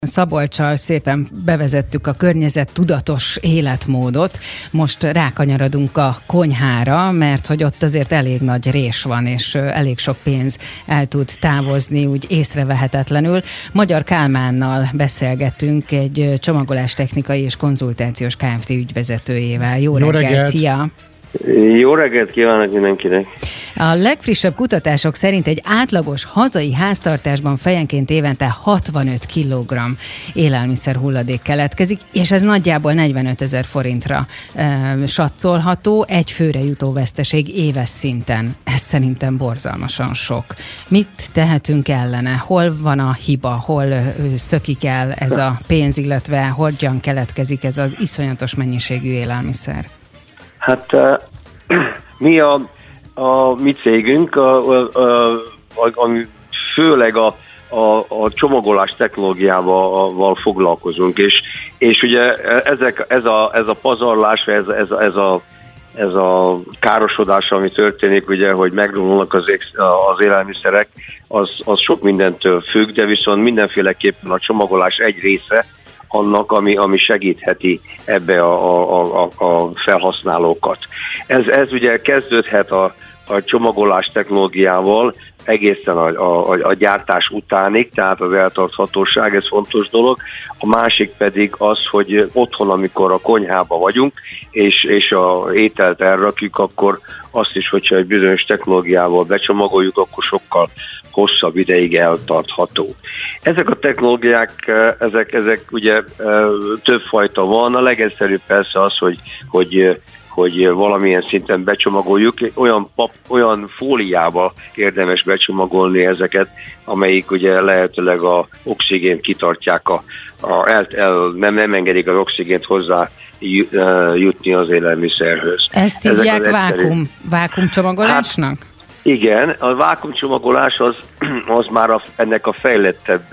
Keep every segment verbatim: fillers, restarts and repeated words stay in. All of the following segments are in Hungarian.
Szabolccsal szépen bevezettük a környezettudatos életmódot, most rákanyarodunk a konyhára, mert hogy ott azért elég nagy rés van, és elég sok pénz el tud távozni úgy észrevehetetlenül. Magyar Kálmánnal beszélgetünk, egy csomagolástechnikai és konzultációs Kft. Ügyvezetőjével. Jó, Jó reggelt, reggelt. Szia! Jó reggelt kívánok mindenkinek! A legfrissebb kutatások szerint egy átlagos hazai háztartásban fejenként évente hatvanöt kilogramm élelmiszer hulladék keletkezik, és ez nagyjából negyvenötezer forintra e, satszolható, egy főre jutó veszteség éves szinten. Ez szerintem borzalmasan sok. Mit tehetünk ellene? Hol van a hiba? Hol ö, szökik el ez a pénz, illetve hogyan keletkezik ez az iszonyatos mennyiségű élelmiszer? Hát uh, mi a, a mi cégünk, a, a, a, a, főleg a, a, a csomagolás technológiával foglalkozunk, és, és ugye ezek, ez, a, ez a pazarlás, ez, ez, ez, a, ez a károsodás, ami történik, ugye, hogy megromolnak az, az élelmiszerek, az, az sok mindentől függ, de viszont mindenféleképpen a csomagolás egy része, annak, ami, ami segítheti ebbe a, a, a, a felhasználókat. Ez, ez ugye kezdődhet a, a csomagolás technológiával egészen a, a, a gyártás utánig, tehát az eltarthatóság, ez fontos dolog. A másik pedig az, hogy otthon, amikor a konyhába vagyunk, és, és a ételt elrakjuk, akkor azt is, hogyha egy bizonyos technológiával becsomagoljuk, akkor sokkal hosszabb ideig eltartható. Ezek a technológiák, ezek, ezek ugye többfajta van. A legegyszerűbb persze az, hogy, hogy, hogy valamilyen szinten becsomagoljuk. Olyan, pap, olyan fóliába érdemes becsomagolni ezeket, amelyik ugye lehetőleg a oxigént kitartják, a, a, el, el, nem, nem engedik az oxigént hozzá jutni az élelmiszerhöz. Ezt hívják vákum, vákumcsomagolásnak? Hát, igen, a vákumcsomagolás az, az már a, ennek a fejlettebb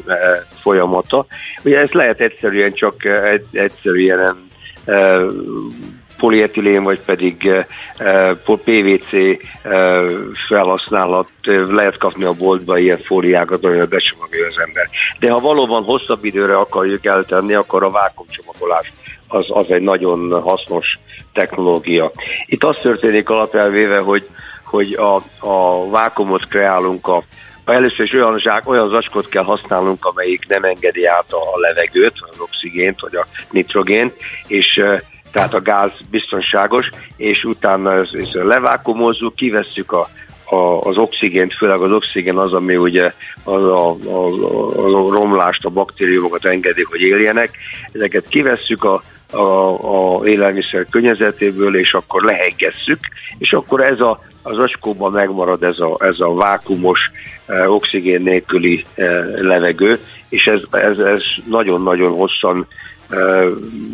folyamata. Ugye ez lehet egyszerűen csak egyszerűen e, polietilén, vagy pedig e, pé vé cé e, felhasználat, lehet kapni a boltba ilyen fóliákat, olyan becsomagolja az ember. De ha valóban hosszabb időre akarjuk eltenni, akkor a vákumcsomagolás az, az egy nagyon hasznos technológia. Itt az történik alapelvéve, hogy hogy a, a vákumot kreálunk, a, először is olyan, zsák, olyan zacskót kell használnunk, amelyik nem engedi át a levegőt, az oxigént, vagy a nitrogént, és tehát a gáz biztonságos, és utána levákumozzuk, kivesszük a, a, az oxigént, főleg az oxigén az, ami ugye az a, a, a romlást, a baktériumokat engedi, hogy éljenek. Ezeket kivesszük a A, a élelmiszer környezetéből, és akkor leheggesszük, és akkor ez a, az zacskóban megmarad ez a, ez a vákumos, eh, oxigén nélküli eh, levegő, és ez, ez, ez nagyon-nagyon hosszan eh,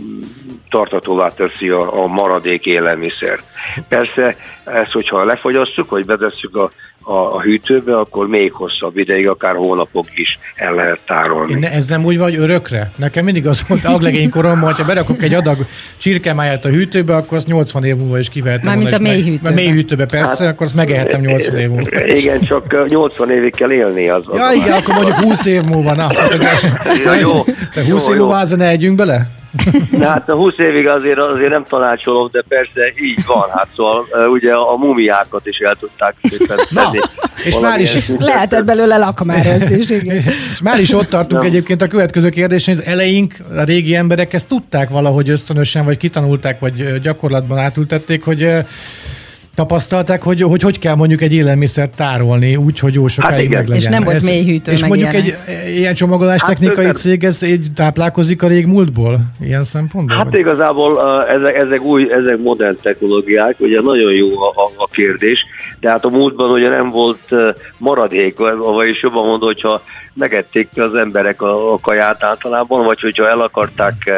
tartatóvá teszi a, a maradék élelmiszer. Persze ezt, hogyha lefogyasszuk, vagy betesszük a A, a hűtőbe, akkor még hosszabb ideig, akár hónapok is el lehet tárolni. Ne, ez nem úgy vagy örökre? Nekem mindig az volt aglegény koromban, hogyha berakok egy adag csirkemáját a hűtőbe, akkor azt nyolcvan év múlva is kivehetem. Mármint a mély hűtőbe. A mély hűtőbe, persze, hát, akkor azt megehetem nyolcvan év múlva. Igen, csak nyolcvan évig kell élni az. Ja, az igen, akkor mondjuk húsz év múlva. Na, ja, jó, húsz jó, év múlva azért ne együnk bele? De hát a húsz évig azért, azért nem tanácsolom, de persze így van. Hát szóval ugye a mumiákat is el tudták szépen szedni. És már is lehetett belőle lakmározni. És már is ott tartunk egyébként a következő kérdésen, hogy az eleink, a régi emberek ezt tudták valahogy ösztönösen, vagy kitanulták, vagy gyakorlatban átültették, hogy tapasztalták, hogy, hogy hogy kell mondjuk egy élelmiszert tárolni úgy, hogy jó sokáig hát meglegyen. És nem volt mély hűtő. És mondjuk ilyenek. Egy ilyen csomagolás technikai hát, cég, ez így táplálkozik a régmúltból ilyen szempontból? Hát vagy? Igazából uh, ezek, ezek új, ezek modern technológiák, ugye nagyon jó a, a, a kérdés, de hát a múltban ugye nem volt uh, maradék, vagyis jobban mondom, hogyha megették az emberek a, a kaját általában, vagy hogyha el akarták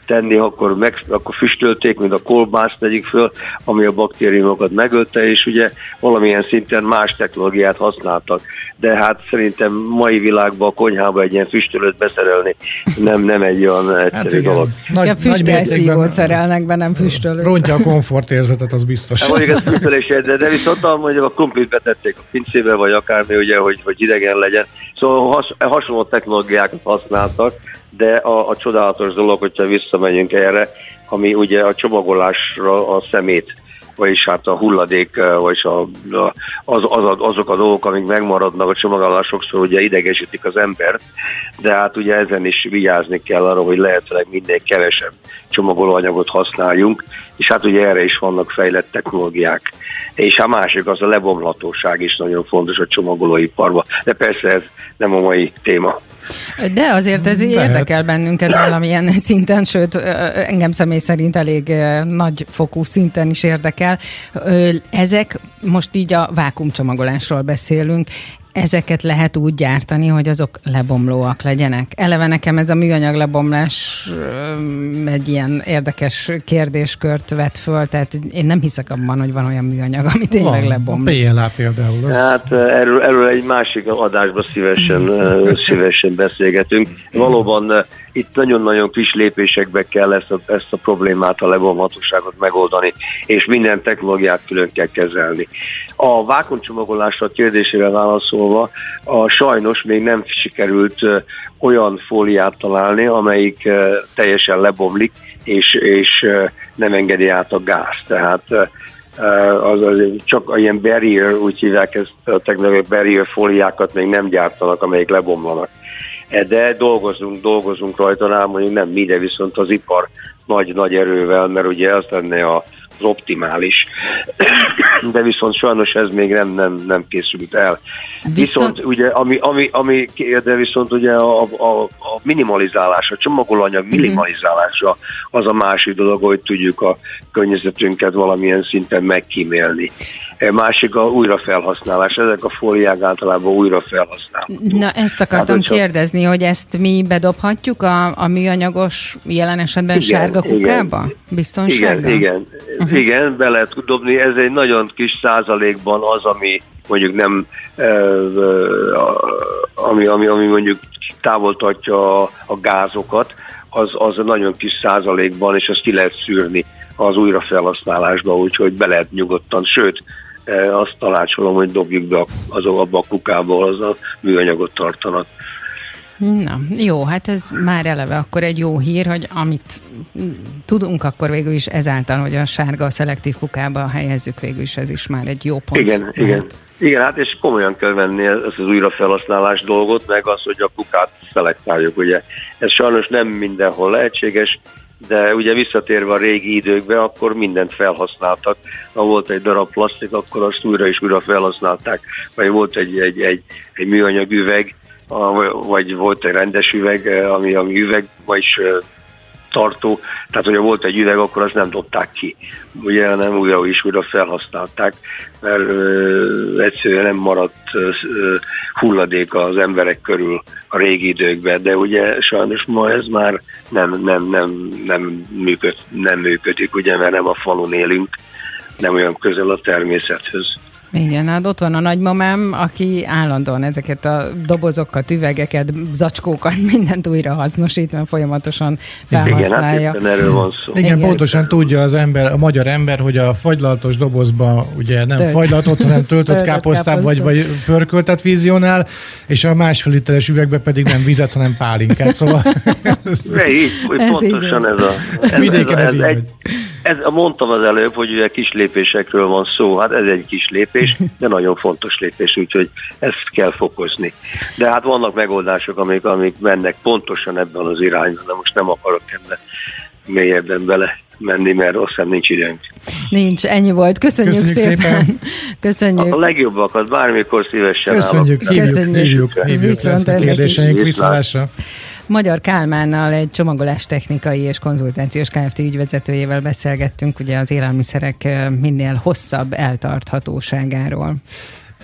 tenni, akkor, meg, akkor füstölték, mint a kolbászt tegyük föl, ami a baktériumokat megölte, és ugye valamilyen szinten más technológiát használtak. De hát szerintem mai világban a konyhába egy ilyen füstölőt beszerelni nem, nem egy olyan egyszerű hát dolog. Nagy, ja, füstölszívót szerelnek be, nem füstölőt. Rontja a komfortérzetet, az biztos. Hát mondjuk ez füstölés, de, de viszont mondjuk a krumplit betették a pincébe, vagy akármi, ugye, hogy, hogy idegen legyen. Szóval has, hasonló technológiákat használtak, de a, a csodálatos dolog, hogyha visszamegyünk erre, ami ugye a csomagolásra a szemét, vagyis hát a hulladék, vagyis a, az, az, azok a dolgok, amik megmaradnak a csomagolás, sokszor ugye idegesítik az embert, de hát ugye ezen is vigyázni kell arra, hogy lehetőleg minél kevesebb csomagolóanyagot használjunk, és hát ugye erre is vannak fejlett technológiák. És a másik az a lebomlatóság is nagyon fontos a csomagolóiparban, de persze ez nem a mai téma. De azért ez Lehet. érdekel bennünket valamilyen szinten, sőt, engem személy szerint elég nagy fokú szinten is érdekel. Ezek, most így a vákuumcsomagolásról beszélünk, ezeket lehet úgy gyártani, hogy azok lebomlóak legyenek. Eleve nekem ez a műanyag lebomlás egy ilyen érdekes kérdéskört vett föl, tehát én nem hiszek abban, hogy van olyan műanyag, ami tényleg van, lebomlik. A pé el á például. Az... Hát erről, erről egy másik adásban szívesen, szívesen beszélgetünk. Valóban itt nagyon-nagyon kis lépésekbe kell ezt a, ezt a problémát, a lebomhatóságot megoldani, és minden technológiát külön kell kezelni. A vákuumcsomagolásra kérdésére válaszolva, a, sajnos még nem sikerült uh, olyan fóliát találni, amelyik uh, teljesen lebomlik, és, és uh, nem engedi át a gáz. Tehát uh, az, az csak ilyen barrier, úgy hívják ezt a technológiai barrier fóliákat még nem gyártanak, amelyik lebomlanak. De dolgozunk, dolgozunk rajta, rá mondjuk nem mi, de viszont az ipar nagy-nagy erővel, mert ugye az lenne a az optimális. De viszont sajnos ez még nem, nem, nem készült el. Viszont, viszont ugye, ami, ami, ami, de viszont ugye a, a, a minimalizálás, a csomagolóanyag minimalizálása az a másik dolog, hogy tudjuk a környezetünket valamilyen szinten megkímélni. Másik a újrafelhasználás. Ezek a fóliák általában újrafelhasználhatók. Na, ezt akartam hát, kérdezni, hogy ezt mi bedobhatjuk a, a műanyagos, jelen esetben igen, sárga kukába? Igen, biztonsággal? Igen, igen, uh-huh. igen, be lehet dobni. Ez egy nagyon kis százalékban az, ami mondjuk nem, ami, ami, ami mondjuk távol tartja a, a gázokat, az, az nagyon kis százalékban, és azt ki lehet szűrni az újrafelhasználásba, úgyhogy be lehet nyugodtan, sőt, azt tanácsolom, hogy dobjuk be az abba a kukába, az a műanyagot tartanak. Na, jó, hát ez már eleve akkor egy jó hír, hogy amit tudunk, akkor végül is ezáltal, hogy a sárga, a szelektív kukába helyezzük, végül is ez is már egy jó pont. Igen, lehet. igen. Igen, hát és komolyan kell venni ezt az újrafelhasználás dolgot, meg az, hogy a kukát szelektáljuk, ugye. Ez sajnos nem mindenhol lehetséges, de ugye visszatérve a régi időkbe, akkor mindent felhasználtak. Ha volt egy darab plastik, akkor azt újra és újra felhasználták. Vagy volt egy, egy, egy, egy műanyag üveg, vagy volt egy rendes üveg, ami, ami üveg, vagyis tartó. Tehát, hogyha volt egy üveg, akkor azt nem dobták ki. Ugye nem újra is újra felhasználták, mert ö, egyszerűen nem maradt ö, hulladék az emberek körül a régi időkben, de ugye sajnos ma ez már nem, nem, nem, nem, működ, nem működik, ugye, mert nem a falun élünk, nem olyan közel a természethez. Igen, hát ott van a nagymamám, aki állandóan ezeket a dobozokat, üvegeket, zacskókat, mindent újra hasznosít, mert folyamatosan felhasználja. Igen, hát erről van szó. Igen, Igen, pontosan tudja az ember, a magyar ember, hogy a fagylaltos dobozban ugye nem Tölt. fagylaltot, hanem töltött káposztát, vagy, vagy pörköltet vizionál, és a másfél literes üvegbe pedig nem vizet, hanem pálinkát. Szóval... De így, ez pontosan ez a... Ez, Vidéken ez, ez, ez így egy, Ez, mondtam az előbb, hogy ugye kis lépésekről van szó, hát ez egy kis lépés, de nagyon fontos lépés, úgyhogy ezt kell fokozni. De hát vannak megoldások, amik, amik mennek pontosan ebben az irányban, de most nem akarok ebben mélyebben bele menni, mert azt hiszem nincs időnk. Nincs, ennyi volt. Köszönjük, Köszönjük szépen. szépen. Köszönjük. A legjobbakat bármikor szívesen Köszönjük, állok. hívjuk, Köszönjük, hívjuk, hívjuk Viszont ezt a kérdéseink viszlásra. Magyar Kálmánnal, egy csomagolás technikai és konzultációs Kft. Ügyvezetőjével beszélgettünk ugye az élelmiszerek minél hosszabb eltarthatóságáról.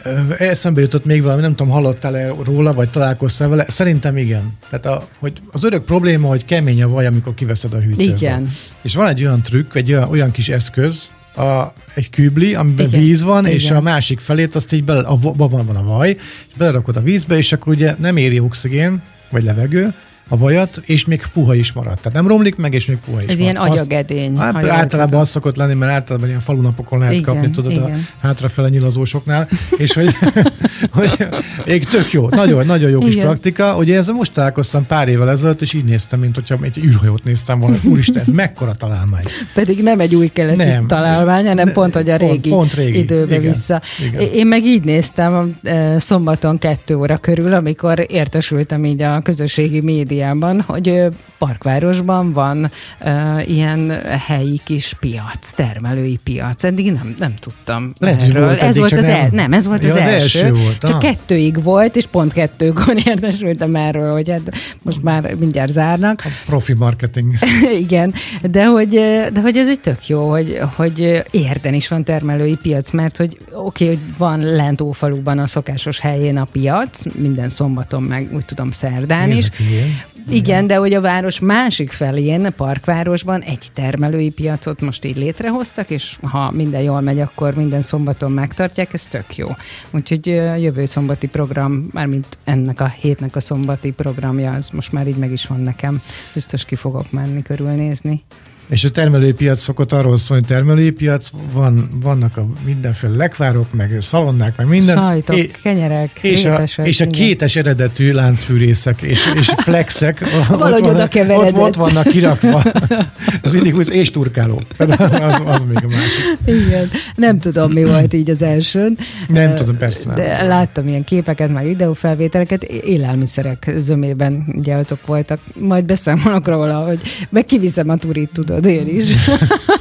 Eszembe jutott még valami, nem tudom, hallottál-e róla, vagy találkoztál vele? Szerintem igen. Tehát a, hogy az örök probléma, hogy kemény a vaj, amikor kiveszed a hűtőből. Igen. És van egy olyan trükk, egy olyan, olyan kis eszköz, a, egy kübli, amiben igen. víz van, igen. és a másik felét azt így bele, abban van a vaj, és belerakod a vízbe, és akkor ugye nem éri oxigén, vagy levegő, a vajat, és még puha is marad. Tehát nem romlik meg, és még puha is Ez marad. ilyen agyagedény. Hát, általában az szokott lenni, mert általában ilyen falunapokon lehet igen, kapni, tudod, igen. a hátrafele nyilazósoknál, és hogy, hogy még tök jó, nagyon, nagyon jó kis igen. praktika. Ugye ezzel most találkoztam pár évvel ezelőtt, és így néztem, mint hogyha egy űrhajót néztem volna. Úristen, ez mekkora találmány. Pedig nem egy új keleti nem. találmány, hanem ne, pont, hogy a régi, pont, pont régi. időbe igen, vissza. Igen. Én meg így néztem szombaton kettő óra körül, amikor értesültem így a közösségi média, hogy Parkvárosban van uh, ilyen helyi kis piac, termelői piac. Eddig nem, nem tudtam Lehet, erről. Volt ez volt az nem... el... Nem, ez volt ja, az, az első. első volt, Csak ah. kettőig volt, és pont kettőkor értesültem erről, hogy hát most már mindjárt zárnak. A profi marketing. Igen, de hogy, de hogy ez egy tök jó, hogy, hogy Érden is van termelői piac, mert hogy oké, okay, hogy van lent Ófaluban a szokásos helyén a piac, minden szombaton, meg úgy tudom szerdán Nézzük is. Ilyen. Igen, de hogy a város másik felén, Parkvárosban egy termelői piacot most így létrehoztak, és ha minden jól megy, akkor minden szombaton megtartják, ez tök jó. Úgyhogy jövő szombati program, mármint ennek a hétnek a szombati programja, az most már így meg is van nekem. Biztos ki fogok menni, körülnézni. És a termelői piac szokott arról szólni, hogy termelői piac, van, vannak a mindenféle lekvárok, meg szalonnák, meg minden. Sajtok, é, kenyerek, és a, és a kétes eredetű láncfűrészek és, és flexek valahogy ott, oda vannak, ott, ott vannak kirakva. Az mindig úgy, és turkáló. Az, az még a másik. Igen. Nem tudom, mi volt így az elsőn. Nem tudom, persze. De nem. Láttam ilyen képeket, meg videófelvételeket, élelmiszerek zömében ugye azok voltak. Majd beszámolok róla, hogy meg kiviszem a turit, tudod, én is.